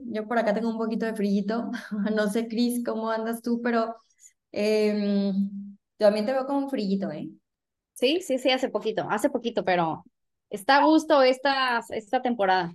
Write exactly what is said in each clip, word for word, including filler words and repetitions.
yo por acá tengo un poquito de frillito. No sé, Cris, cómo andas tú, pero eh, también te veo con un frillito, ¿eh? Sí, sí, sí, hace poquito, hace poquito, pero está a gusto esta, esta temporada.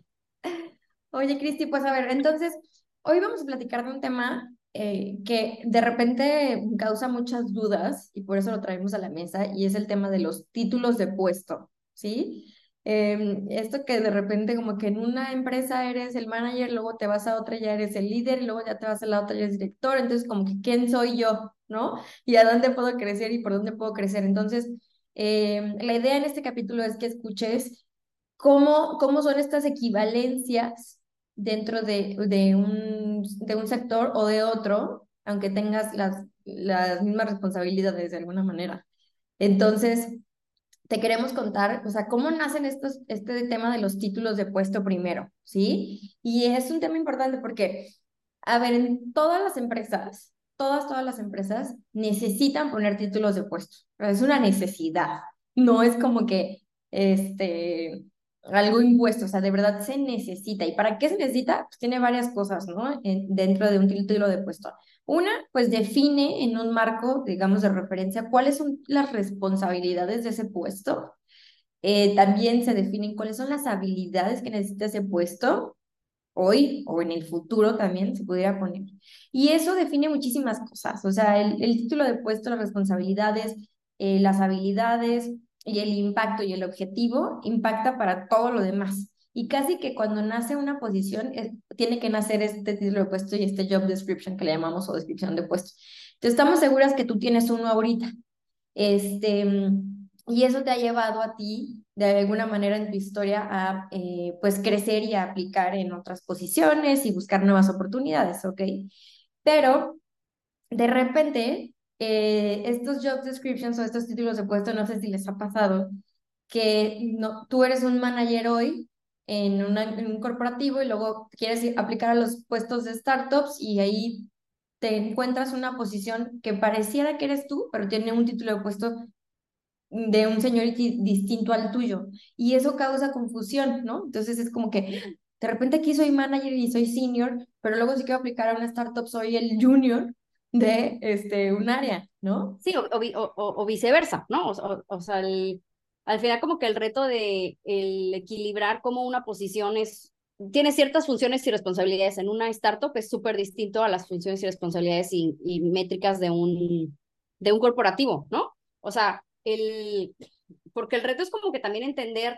Oye, Cristi, pues a ver, entonces, hoy vamos a platicar de un tema eh, que de repente causa muchas dudas y por eso lo traemos a la mesa y es el tema de los títulos de puesto, ¿sí? Eh, esto que de repente como que en una empresa eres el manager, luego te vas a otra y ya eres el líder y luego ya te vas a la otra y eres director, entonces como que ¿quién soy yo? ¿No? Y a dónde puedo crecer y por dónde puedo crecer. Entonces, eh, la idea en este capítulo es que escuches cómo, cómo son estas equivalencias dentro de, de un, de un sector o de otro, aunque tengas las, las mismas responsabilidades de alguna manera. Entonces, te queremos contar, o sea, cómo nacen estos, este tema de los títulos de puesto primero, ¿sí? Y es un tema importante porque, a ver, en todas las empresas, todas, todas las empresas necesitan poner títulos de puesto. Es una necesidad. No es como que, este, algo impuesto, o sea, de verdad se necesita. ¿Y para qué se necesita? Pues tiene varias cosas, ¿no? En- dentro de un título de puesto. Una, pues define en un marco, digamos, de referencia cuáles son las responsabilidades de ese puesto. Eh, también se definen cuáles son las habilidades que necesita ese puesto hoy o en el futuro también se pudiera poner. Y eso define muchísimas cosas, o sea, el, el título de puesto, las responsabilidades, eh, las habilidades y el impacto y el objetivo impacta para todo lo demás. Y casi que cuando nace una posición, eh, tiene que nacer este título de puesto y este job description que le llamamos o descripción de puesto. Entonces, estamos seguras que tú tienes uno ahorita. Este, y eso te ha llevado a ti, de alguna manera en tu historia, a eh, pues crecer y a aplicar en otras posiciones y buscar nuevas oportunidades, ¿ok? Pero de repente, eh, estos job descriptions o estos títulos de puesto, no sé si les ha pasado, que no, tú eres un manager hoy en, una- en un corporativo y luego quieres ir- aplicar a los puestos de startups y ahí te encuentras una posición que pareciera que eres tú, pero tiene un título de puesto de un seniority distinto al tuyo. Y eso causa confusión, ¿no? Entonces es como que de repente aquí soy manager y soy senior, pero luego si quiero aplicar a una startup soy el junior de este, un área, ¿no? Sí, o, o vi- o- o- o viceversa, ¿no? O, o- o sea, el- al final como que el reto de el equilibrar como una posición es, tiene ciertas funciones y responsabilidades en una startup es súper distinto a las funciones y responsabilidades y, y métricas de un, de un corporativo, ¿no? O sea, el, porque el reto es como que también entender.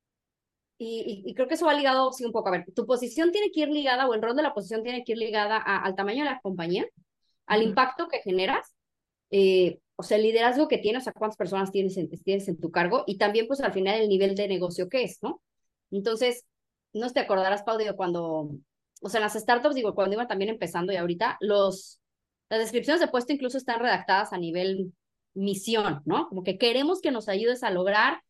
Y, y, y creo que eso va ligado, sí, un poco. A ver, tu posición tiene que ir ligada, o el rol de la posición tiene que ir ligada a- al tamaño de la compañía, al Ujú. impacto que generas, eh, o sea, el liderazgo que tienes, o sea, cuántas personas tienes en, tienes en tu cargo, y también, pues, al final, el nivel de negocio que es, ¿no? Entonces, no sé si te acordarás, Pau, digo, cuando, o sea, en las startups, digo, cuando iban también empezando y ahorita, los, las descripciones de puesto incluso están redactadas a nivel misión, ¿no? Como que queremos que nos ayudes a lograr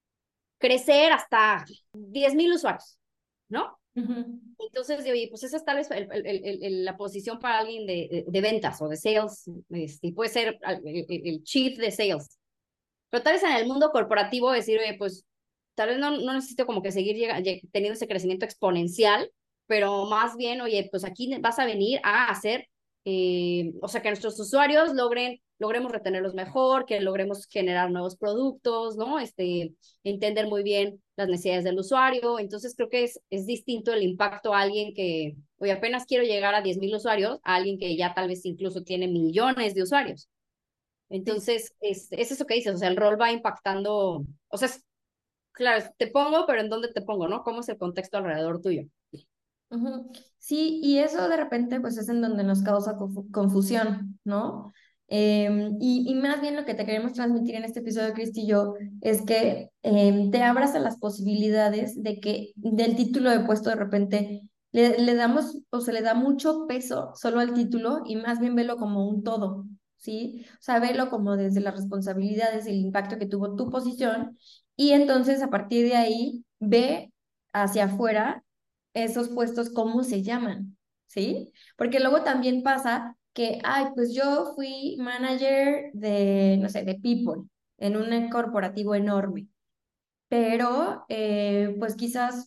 crecer hasta diez mil usuarios, ¿no? Ujú. Entonces, oye, pues esa es tal vez el, el, el, el, la posición para alguien de, de, de, ventas o de sales, este, puede ser el, el, chief de sales. Pero tal vez en el mundo corporativo decir, oye, pues tal vez no, no necesito como que seguir llega, teniendo ese crecimiento exponencial, pero más bien, oye, pues aquí vas a venir a hacer, eh, o sea, que nuestros usuarios logren, logremos retenerlos mejor, que logremos generar nuevos productos, ¿no? Este, entender muy bien las necesidades del usuario. Entonces creo que es, es distinto el impacto a alguien que, oye, apenas quiero llegar a diez mil usuarios, a alguien que ya tal vez incluso tiene millones de usuarios. Sí. Entonces, es, es eso que dices, o sea, el rol va impactando, o sea, es, claro, te pongo, pero ¿en dónde te pongo, no? ¿Cómo es el contexto alrededor tuyo? Ujú. Sí, y eso de repente pues es en donde nos causa confu- confusión, ¿no? Em, y, y más bien lo que te queremos transmitir en este episodio, Cristi y yo, es que em, te abras a las posibilidades de que del título de puesto de repente le, le damos o se le da mucho peso solo al título y más bien velo como un todo, ¿sí? O sea, velo como desde las responsabilidades y el impacto que tuvo tu posición y entonces a partir de ahí ve hacia afuera esos puestos, ¿cómo se llaman? ¿Sí? Porque luego también pasa que, ay, pues yo fui manager de, no sé, de People en un corporativo enorme, pero eh, pues quizás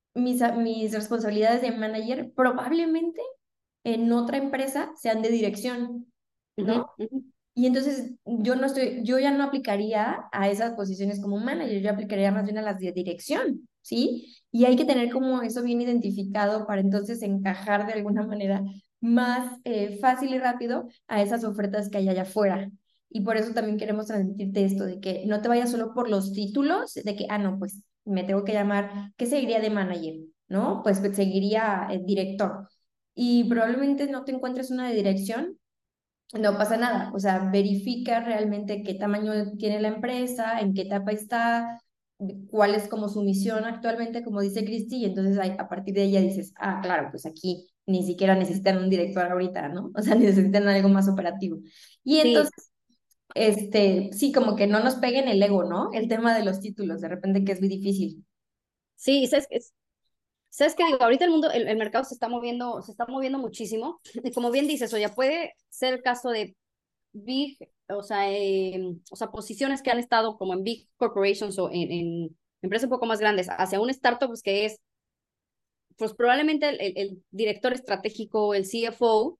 mis, mis responsabilidades de manager probablemente en otra empresa sean de dirección, Ujú, ¿no? ujú. Y entonces yo no estoy, yo ya no aplicaría a esas posiciones como manager, yo aplicaría más bien a las de dirección, ¿sí? Y hay que tener como eso bien identificado para entonces encajar de alguna manera más eh, fácil y rápido a esas ofertas que hay allá afuera. Y por eso también queremos transmitirte esto, de que no te vayas solo por los títulos, de que, ah, no, pues me tengo que llamar, ¿qué seguiría de manager? ¿No? Pues seguiría eh, director. Y probablemente no te encuentres una de dirección, no pasa nada, o sea, verifica realmente qué tamaño tiene la empresa, en qué etapa está, cuál es como su misión actualmente, como dice Cristi, y entonces ahí, a partir de ella dices, ah, claro, pues aquí ni siquiera necesitan un director ahorita, ¿no? O sea, necesitan algo más operativo. Y Sí, entonces, este, sí, como que no nos peguen el ego, ¿no? El tema de los títulos, de repente que es muy difícil. sí, sabes que sabes que digo, ahorita el mundo, el, el mercado se está moviendo, se está moviendo muchísimo. Y como bien dices, o ya puede ser el caso de big, o sea, eh, o sea, posiciones que han estado como en big corporations o en, en empresas un poco más grandes, hacia un startup pues, que es, pues probablemente el, el, el director estratégico, el C F O,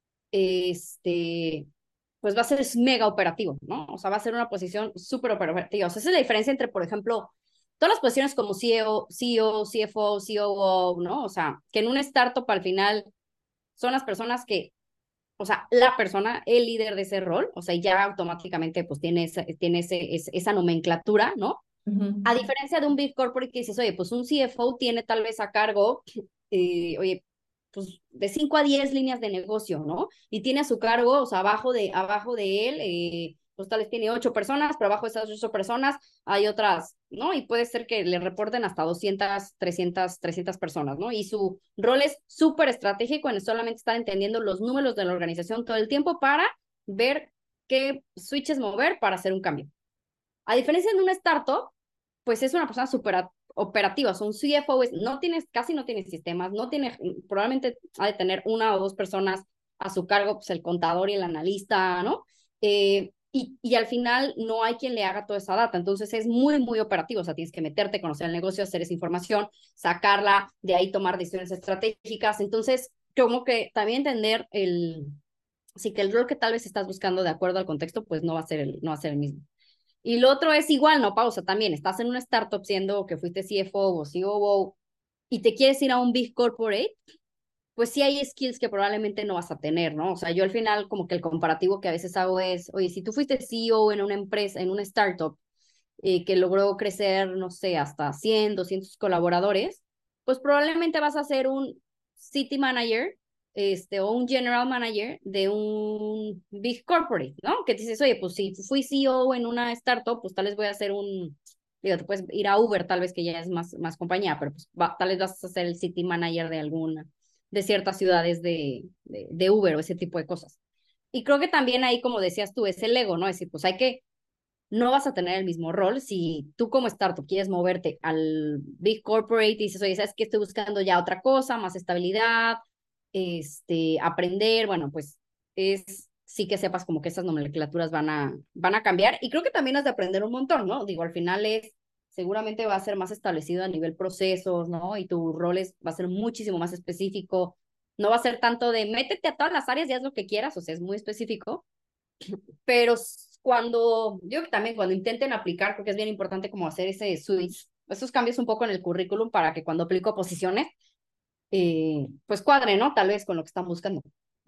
este, pues va a ser mega operativo, ¿no? O sea, va a ser una posición súper operativa. O sea, esa es la diferencia entre, por ejemplo, todas las posiciones como C E O, C E O, C F O, C O O, ¿no? O sea, que en un startup al final son las personas que, o sea, la persona, el líder de ese rol, o sea, ya automáticamente pues tiene, esa, tiene ese, es, esa nomenclatura, ¿no? A Ujú. diferencia de un Big Corporate que dices, oye, pues un C F O tiene tal vez a cargo, eh, oye, pues de cinco a diez líneas de negocio, ¿no? Y tiene a su cargo, o sea, abajo de, abajo de él, eh, pues tal vez tiene ocho personas, pero abajo de esas ocho personas hay otras, ¿no? Y puede ser que le reporten hasta doscientas trescientas trescientas personas, ¿no? Y su rol es súper estratégico en solamente estar entendiendo los números de la organización todo el tiempo para ver qué switches mover para hacer un cambio. A diferencia de una startup, pues es una persona súper operativa, son C F Os, no tienes, casi no tiene sistemas, no tiene, probablemente ha de tener una o dos personas a su cargo, pues el contador y el analista, ¿no? Eh, y, y al final no hay quien le haga toda esa data, entonces es muy, muy operativo, o sea, tienes que meterte, conocer el negocio, hacer esa información, sacarla, de ahí tomar decisiones estratégicas, entonces como que también entender el, sí que el rol que tal vez estás buscando de acuerdo al contexto, pues no va a ser el, no va a ser el mismo. Y lo otro es igual, no pausa también. Estás en una startup siendo que fuiste C F O o C O O y te quieres ir a un big corporate, pues sí hay skills que probablemente no vas a tener, ¿no? O sea, yo al final como que el comparativo que a veces hago es, oye, si tú fuiste C E O en una empresa, en una startup, eh, que logró crecer, no sé, hasta cien, doscientos colaboradores, pues probablemente vas a ser un city manager este, o un general manager de un big corporate, ¿no? Que dices, oye, pues si fui C E O en una startup, pues tal vez voy a hacer un, digo, te puedes ir a Uber, tal vez que ya es más, más compañía, pero pues va, tal vez vas a ser el city manager de alguna, de ciertas ciudades de, de, de Uber o ese tipo de cosas. Y creo que también ahí, como decías tú, es el ego, ¿no? Es decir, pues hay que no vas a tener el mismo rol. Si tú como startup quieres moverte al big corporate y dices, oye, ¿sabes qué? Estoy buscando ya otra cosa, más estabilidad, este, aprender, bueno, pues es sí que sepas como que esas nomenclaturas van a, van a cambiar y creo que también has de aprender un montón, ¿no? Digo, al final es, seguramente va a ser más establecido a nivel procesos, ¿no? Y tu rol es, va a ser muchísimo más específico, no va a ser tanto de métete a todas las áreas y haz lo que quieras, o sea, es muy específico, pero cuando, yo que también cuando intenten aplicar, porque es bien importante como hacer ese switch, esos cambios un poco en el currículum para que cuando aplico posiciones, eh, pues cuadre, ¿no? Tal vez con lo que están buscando.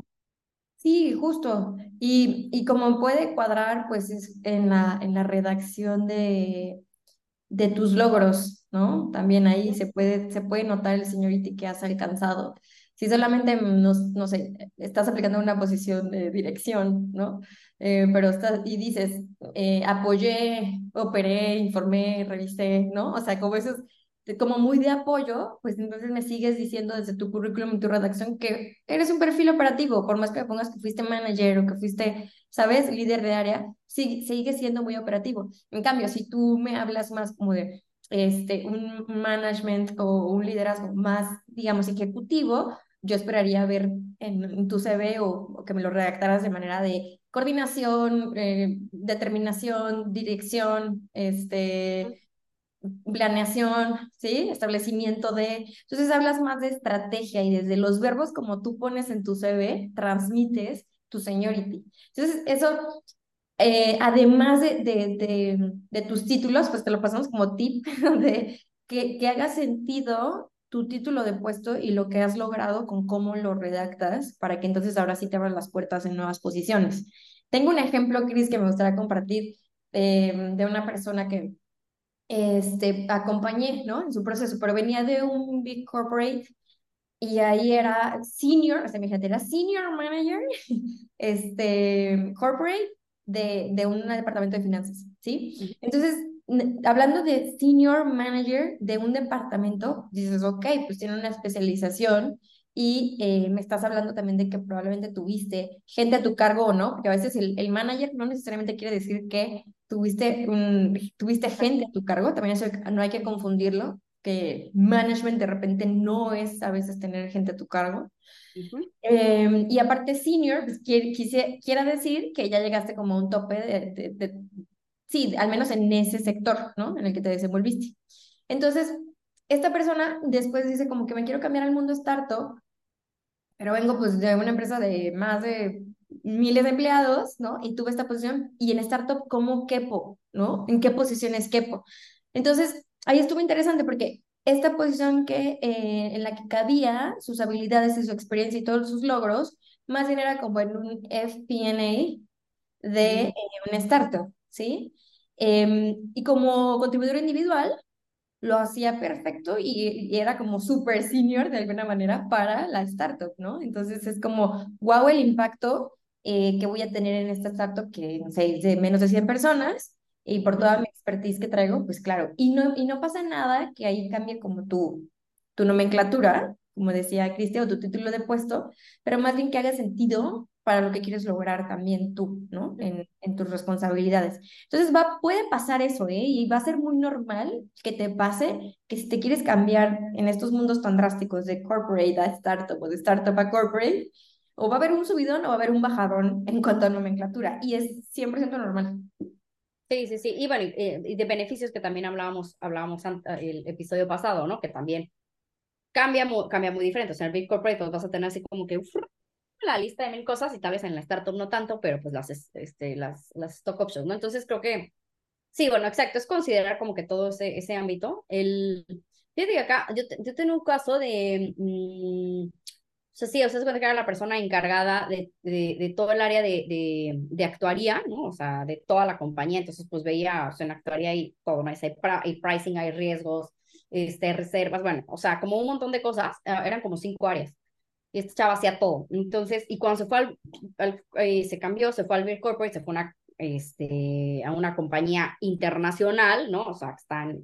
Sí, justo. Y, y como puede cuadrar, pues es en la, en la redacción de, de tus logros, ¿no? También ahí se puede, se puede notar el señorita que has alcanzado. Si solamente, no, no sé, estás aplicando una posición de dirección, ¿no? Eh, pero estás, y dices, eh, apoyé, operé, informé, revisé, ¿no? O sea, como eso es de- como muy de apoyo, pues entonces me sigues diciendo desde tu currículum y tu redacción que eres un perfil operativo, por más que me pongas que fuiste manager o que fuiste, ¿sabes?, líder de área, sí, sigue siendo muy operativo. En cambio, si tú me hablas más como de este, un management o un liderazgo más, digamos, ejecutivo, yo esperaría ver en, en tu C V o, o que me lo redactaras de manera de coordinación, eh, determinación, dirección, este, planeación, ¿sí? Establecimiento de... Entonces hablas más de estrategia y desde los verbos como tú pones en tu C V, transmites tu seniority. Entonces, eso, eh, además de, de, de, de tus títulos, pues te lo pasamos como tip de que, que haga sentido tu título de puesto y lo que has logrado con cómo lo redactas para que entonces ahora sí te abran las puertas en nuevas posiciones. Tengo un ejemplo, Cris, que me gustaría compartir eh, de una persona que este, acompañé, ¿no? En su proceso, pero venía de un big corporate y ahí era senior, o sea, imagínate, era senior manager, este, corporate de, de un departamento de finanzas, ¿sí? Ujú, Entonces, n- hablando de senior manager de un departamento, dices, ok, pues tiene una especialización y eh, me estás hablando también de que probablemente tuviste gente a tu cargo o no, porque a veces el, el manager no necesariamente quiere decir que tuviste, un, tuviste gente a tu cargo, también eso no hay que confundirlo, que management de repente no es a veces tener gente a tu cargo. ujú, Eh, y aparte senior, pues quiere, quise- quiera decir que ya llegaste como a un tope de, de- de- sí, al menos en ese sector, ¿no? En el que te desenvolviste. Entonces, esta persona después dice como que me quiero cambiar al mundo startup, pero vengo pues de una empresa de más de miles de empleados, ¿no? Y tuve esta posición y en startup, ¿cómo quepo? ¿No? ¿En qué posiciones quepo? Entonces, ahí estuvo interesante porque esta posición que, eh, en la que cabía sus habilidades y su experiencia y todos sus logros, más bien era como en un F P and A de ujú. eh, una startup, ¿sí? Em, y como contribuidor individual, lo hacía perfecto y, y era como súper senior de alguna manera para la startup, ¿no? Entonces es como, wow, el impacto eh, que voy a tener en esta startup que, no sé, es de menos de cien personas y por toda mi expertise que traigo, pues claro, y no, y no pasa nada que ahí cambie como tu, tu nomenclatura, como decía Cristian, o tu título de puesto, pero más bien que haga sentido para lo que quieres lograr también tú, ¿no? En, en tus responsabilidades. Entonces va, puede pasar eso, ¿eh? Y va a ser muy normal que te pase que si te quieres cambiar en estos mundos tan drásticos de corporate a startup o de startup a corporate, o va a haber un subidón o va a haber un bajadón en cuanto a nomenclatura. Y es cien por ciento normal. Sí, sí, sí. Y bueno, y, eh, y de beneficios que también hablábamos, hablábamos an- el episodio pasado, ¿no? Que también cambia, mu- cambia muy diferente. O sea, en el Big Corporate pues, vas a tener así como que uf, la lista de mil cosas y tal vez en la startup no tanto, pero pues las, es- este, las, las stock options, ¿no? Entonces creo que sí, bueno, exacto, es considerar como que todo ese, ese ámbito. El, fíjate que acá, yo, te- yo tengo un caso de, mm, o sea, sí, o sea, se cuenta que era la persona encargada de, de, de todo el área de, de, de actuaría, ¿no? O sea, de toda la compañía. Entonces, pues veía, o sea, en actuaría hay todo, ¿no? Hay, pra- hay pricing, hay riesgos, este, reservas, bueno, o sea, como un montón de cosas. eh, Eran como cinco áreas. Y esta chava hacía todo. Entonces, y cuando se fue al, al- eh, se cambió, se fue al Bill Corporate, se fue a una, este, a una compañía internacional, ¿no? O sea, que están,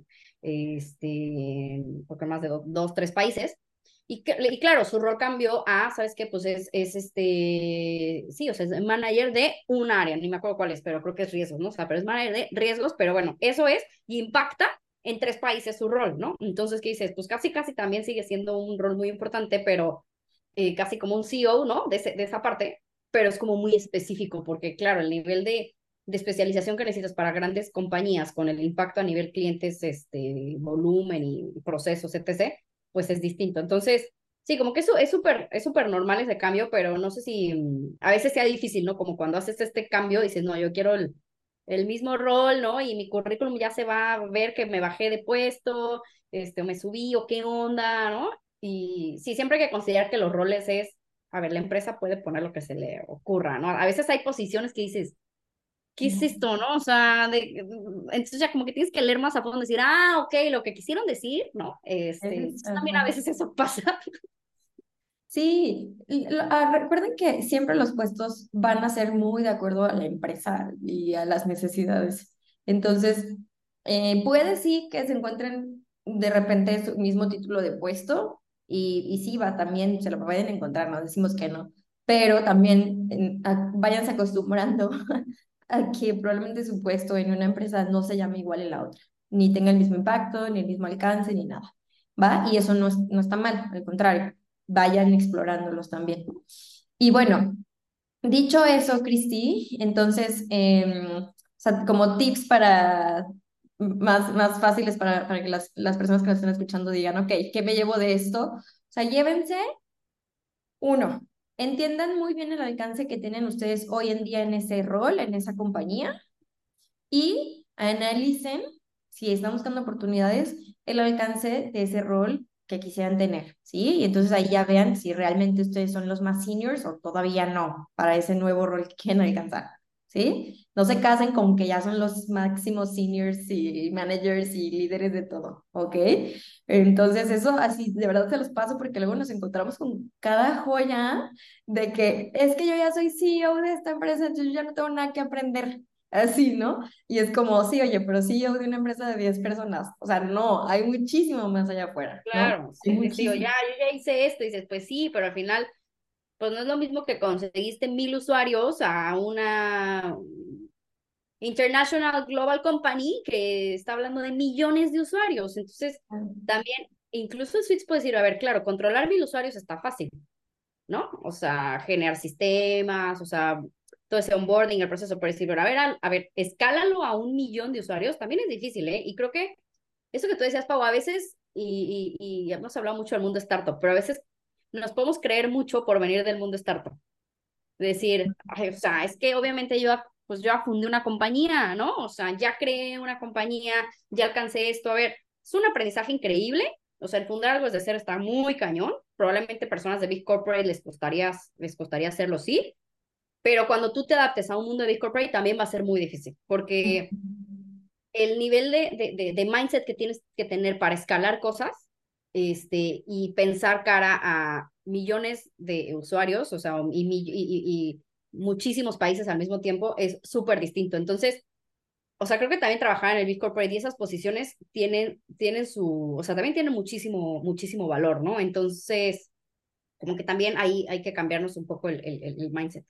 este, en poco más de do- dos, tres países. Y, que- y claro, su rol cambió a, ¿sabes qué? Pues es, es este, sí, o sea, es manager de un área, ni me acuerdo cuál es, pero creo que es riesgos, ¿no? O sea, pero es manager de riesgos, pero bueno, eso es, y impacta en tres países su rol, ¿no? Entonces, ¿qué dices? Pues casi, casi también sigue siendo un rol muy importante, pero eh, casi como un C E O, ¿no? De, ese, de esa parte, pero es como muy específico, porque claro, el nivel de, de especialización que necesitas para grandes compañías con el impacto a nivel clientes, este, volumen y procesos, etcétera, pues es distinto. Entonces, sí, como que eso es súper es súper normal ese cambio, pero no sé si mm, a veces sea difícil, ¿no? Como cuando haces este cambio, dices, no, yo quiero el, el mismo rol, ¿no? Y mi currículum ya se va a ver que me bajé de puesto, este, o me subí, o qué onda, ¿no? Y sí, siempre hay que considerar que los roles es, a ver, la empresa puede poner lo que se le ocurra, ¿no? A veces hay posiciones que dices, ¿qué es esto, no? O sea, de, entonces ya como que tienes que leer más a fondo, decir, ah, ok, lo que quisieron decir, ¿no? Este, Es, también a ajá. veces eso pasa. Sí, y lo- ah, recuerden que siempre los puestos van a ser muy de acuerdo a la empresa y a las necesidades. Entonces, eh, puede sí que se encuentren de repente su mismo título de puesto y, y sí, va, también se lo pueden encontrar, no decimos que no, pero también en- a- váyanse acostumbrando a que probablemente su puesto en una empresa no se llame igual en la otra, ni tenga el mismo impacto, ni el mismo alcance, ni nada, ¿va? Y eso no, es- no está mal, al contrario, vayan explorándolos también. Y bueno, dicho eso, Cristi, entonces, em, o sea, como tips para más, más fáciles para, para que las, las personas que nos estén escuchando digan, ok, ¿qué me llevo de esto? O sea, llévense, uno, entiendan muy bien el alcance que tienen ustedes hoy en día en ese rol, en esa compañía, y analicen, si están buscando oportunidades, el alcance de ese rol que quisieran tener, ¿sí? Y entonces ahí ya vean si realmente ustedes son los más seniors o todavía no para ese nuevo rol que quieren alcanzar, ¿sí? No se casen con que ya son los máximos seniors y managers y líderes de todo, ¿ok? Entonces eso así, de verdad se los paso porque luego nos encontramos con cada joya de que es que yo ya soy C E O de esta empresa, entonces yo ya no tengo nada que aprender. Así, ¿no? Y es como, sí, oye, pero C E O de una empresa de diez personas. O sea, no, hay muchísimo más allá afuera, ¿no? Claro, Hay sí, sí, sí, o ya, muchísimo. yo ya hice esto, y dices, pues sí, pero al final, pues no es lo mismo que conseguiste mil usuarios a una International Global Company que está hablando de millones de usuarios. Entonces, también, incluso en Switch puedes decir, a ver, claro, controlar mil usuarios está fácil, ¿no? O sea, generar sistemas, o sea, todo ese onboarding, el proceso, por decirlo, a ver, a, a ver, escálalo a un millón de usuarios, también es difícil, ¿eh? Y creo que eso que tú decías, Pau, a veces, y, y, y hemos hablado mucho del mundo startup, pero a veces nos podemos creer mucho por venir del mundo startup. Decir, ay, o sea, es que obviamente yo, pues yo fundé una compañía, ¿no? O sea, ya creé una compañía, ya alcancé esto. A ver, es un aprendizaje increíble. O sea, el fundar algo desde cero está muy cañón. Probablemente personas de Big Corporate les costaría, les costaría hacerlo, sí. Pero cuando tú te adaptes a un mundo de Big Corporate también va a ser muy difícil, porque el nivel de, de, de, de mindset que tienes que tener para escalar cosas este, y pensar cara a millones de usuarios, o sea, y, y, y, y muchísimos países al mismo tiempo, es súper distinto. Entonces, o sea, creo que también trabajar en el Big Corporate y esas posiciones tienen, tienen su, o sea, también tienen muchísimo, muchísimo valor, ¿no? Entonces, como que también ahí hay que cambiarnos un poco el, el, el mindset.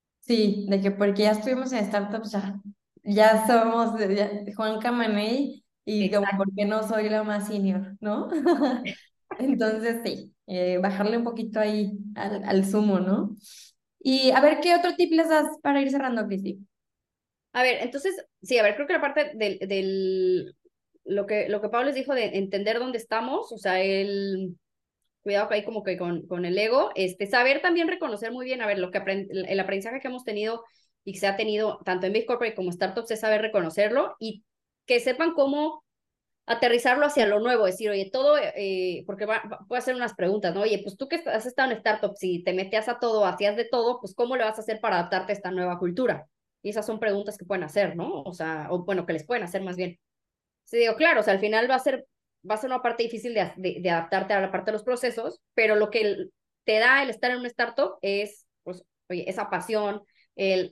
Sí, de que porque ya estuvimos en startups, ya, ya somos de, ya- de Juan Camaney y como, Exacto. ¿por qué no soy la más senior, no? Entonces, sí, eh, bajarle un poquito ahí al, al zumo, ¿no? Y a ver, ¿qué otro tip les das para ir cerrando, Cristi? A ver, entonces, sí, a ver, creo que la parte del, del lo que, lo que Pablo les dijo de entender dónde estamos, o sea, el cuidado que hay como que con, con el ego, este, saber también reconocer muy bien, a ver, lo que aprend, el aprendizaje que hemos tenido y que se ha tenido tanto en Big Corporate como startups es saber reconocerlo y que sepan cómo aterrizarlo hacia lo nuevo, decir, oye, todo, eh, porque va, va, puedo hacer unas preguntas, ¿no? Oye, pues tú que has estado en startups y te metías a todo, hacías de todo, pues ¿cómo le vas a hacer para adaptarte a esta nueva cultura? Y esas son preguntas que pueden hacer, ¿no? O sea, o bueno, que les pueden hacer más bien. Sí, digo, claro, o sea, al final va a ser, va a ser una parte difícil de, de, de adaptarte a la parte de los procesos, pero lo que el, te da el estar en un startup es, pues, oye, esa pasión, el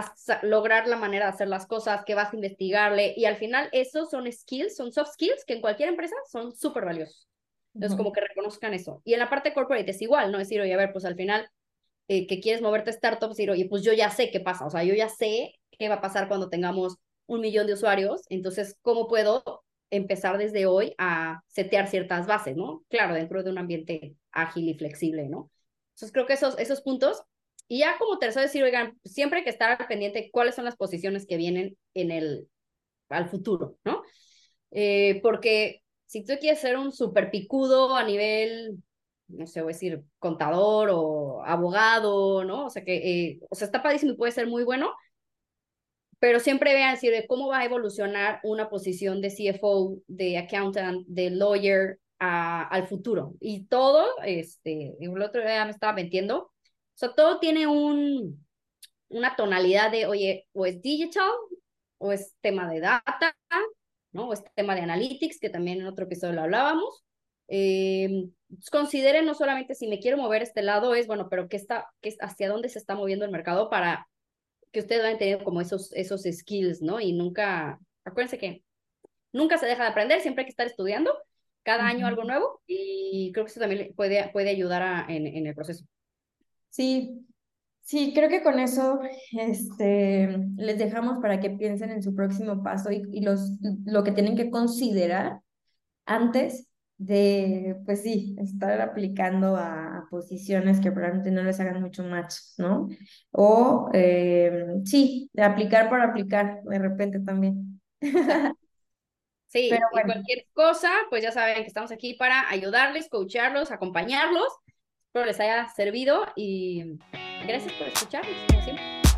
lograr la manera de hacer las cosas, que vas a investigarle, y al final esos son skills, son soft skills que en cualquier empresa son súper valiosos. Entonces, como Ujú. que reconozcan eso. Y en la parte corporate es igual, ¿no? Es decir, oye, a ver, pues al final eh, que quieres moverte a startups, decir, oye, pues yo ya sé qué pasa, o sea, yo ya sé qué va a pasar cuando tengamos un millón de usuarios, entonces, ¿cómo puedo empezar desde hoy a setear ciertas bases, ¿no? Claro, dentro de un ambiente ágil y flexible, ¿no? Entonces, creo que esos, esos puntos. Y ya como tercero decir, oigan, siempre hay que estar al pendiente de cuáles son las posiciones que vienen en el, al futuro, ¿no? Eh, porque si tú quieres ser un super picudo a nivel, no sé, voy a decir, contador o abogado, ¿no? O sea, que, eh, o sea, está padrísimo y puede ser muy bueno, pero siempre vean si de cómo va a evolucionar una posición de C F O, de accountant, de lawyer a, al futuro. Y todo, este, el otro día me estaba metiendo, o sea, todo tiene un, una tonalidad de, oye, o es digital, o es tema de data, ¿no? O es tema de analytics, que también en otro episodio lo hablábamos. Eh, consideren no solamente si me quiero mover este lado, es, bueno, pero qué está, qué, hacia dónde se está moviendo el mercado para que ustedes vayan teniendo como esos, esos skills, ¿no? Y nunca, acuérdense que nunca se deja de aprender, siempre hay que estar estudiando, cada año algo Ujú. nuevo, y creo que eso también puede, puede ayudar a, en, en el proceso. Sí, sí, creo que con eso este, les dejamos para que piensen en su próximo paso y, y los, lo que tienen que considerar antes de, pues sí, estar aplicando a, a posiciones que probablemente no les hagan mucho match, ¿no? O eh, sí, de aplicar por aplicar de repente también. Exacto. Sí, Pero y bueno, cualquier cosa, pues ya saben que estamos aquí para ayudarles, coacharlos, acompañarlos. Espero les haya servido y gracias por escucharnos, como siempre.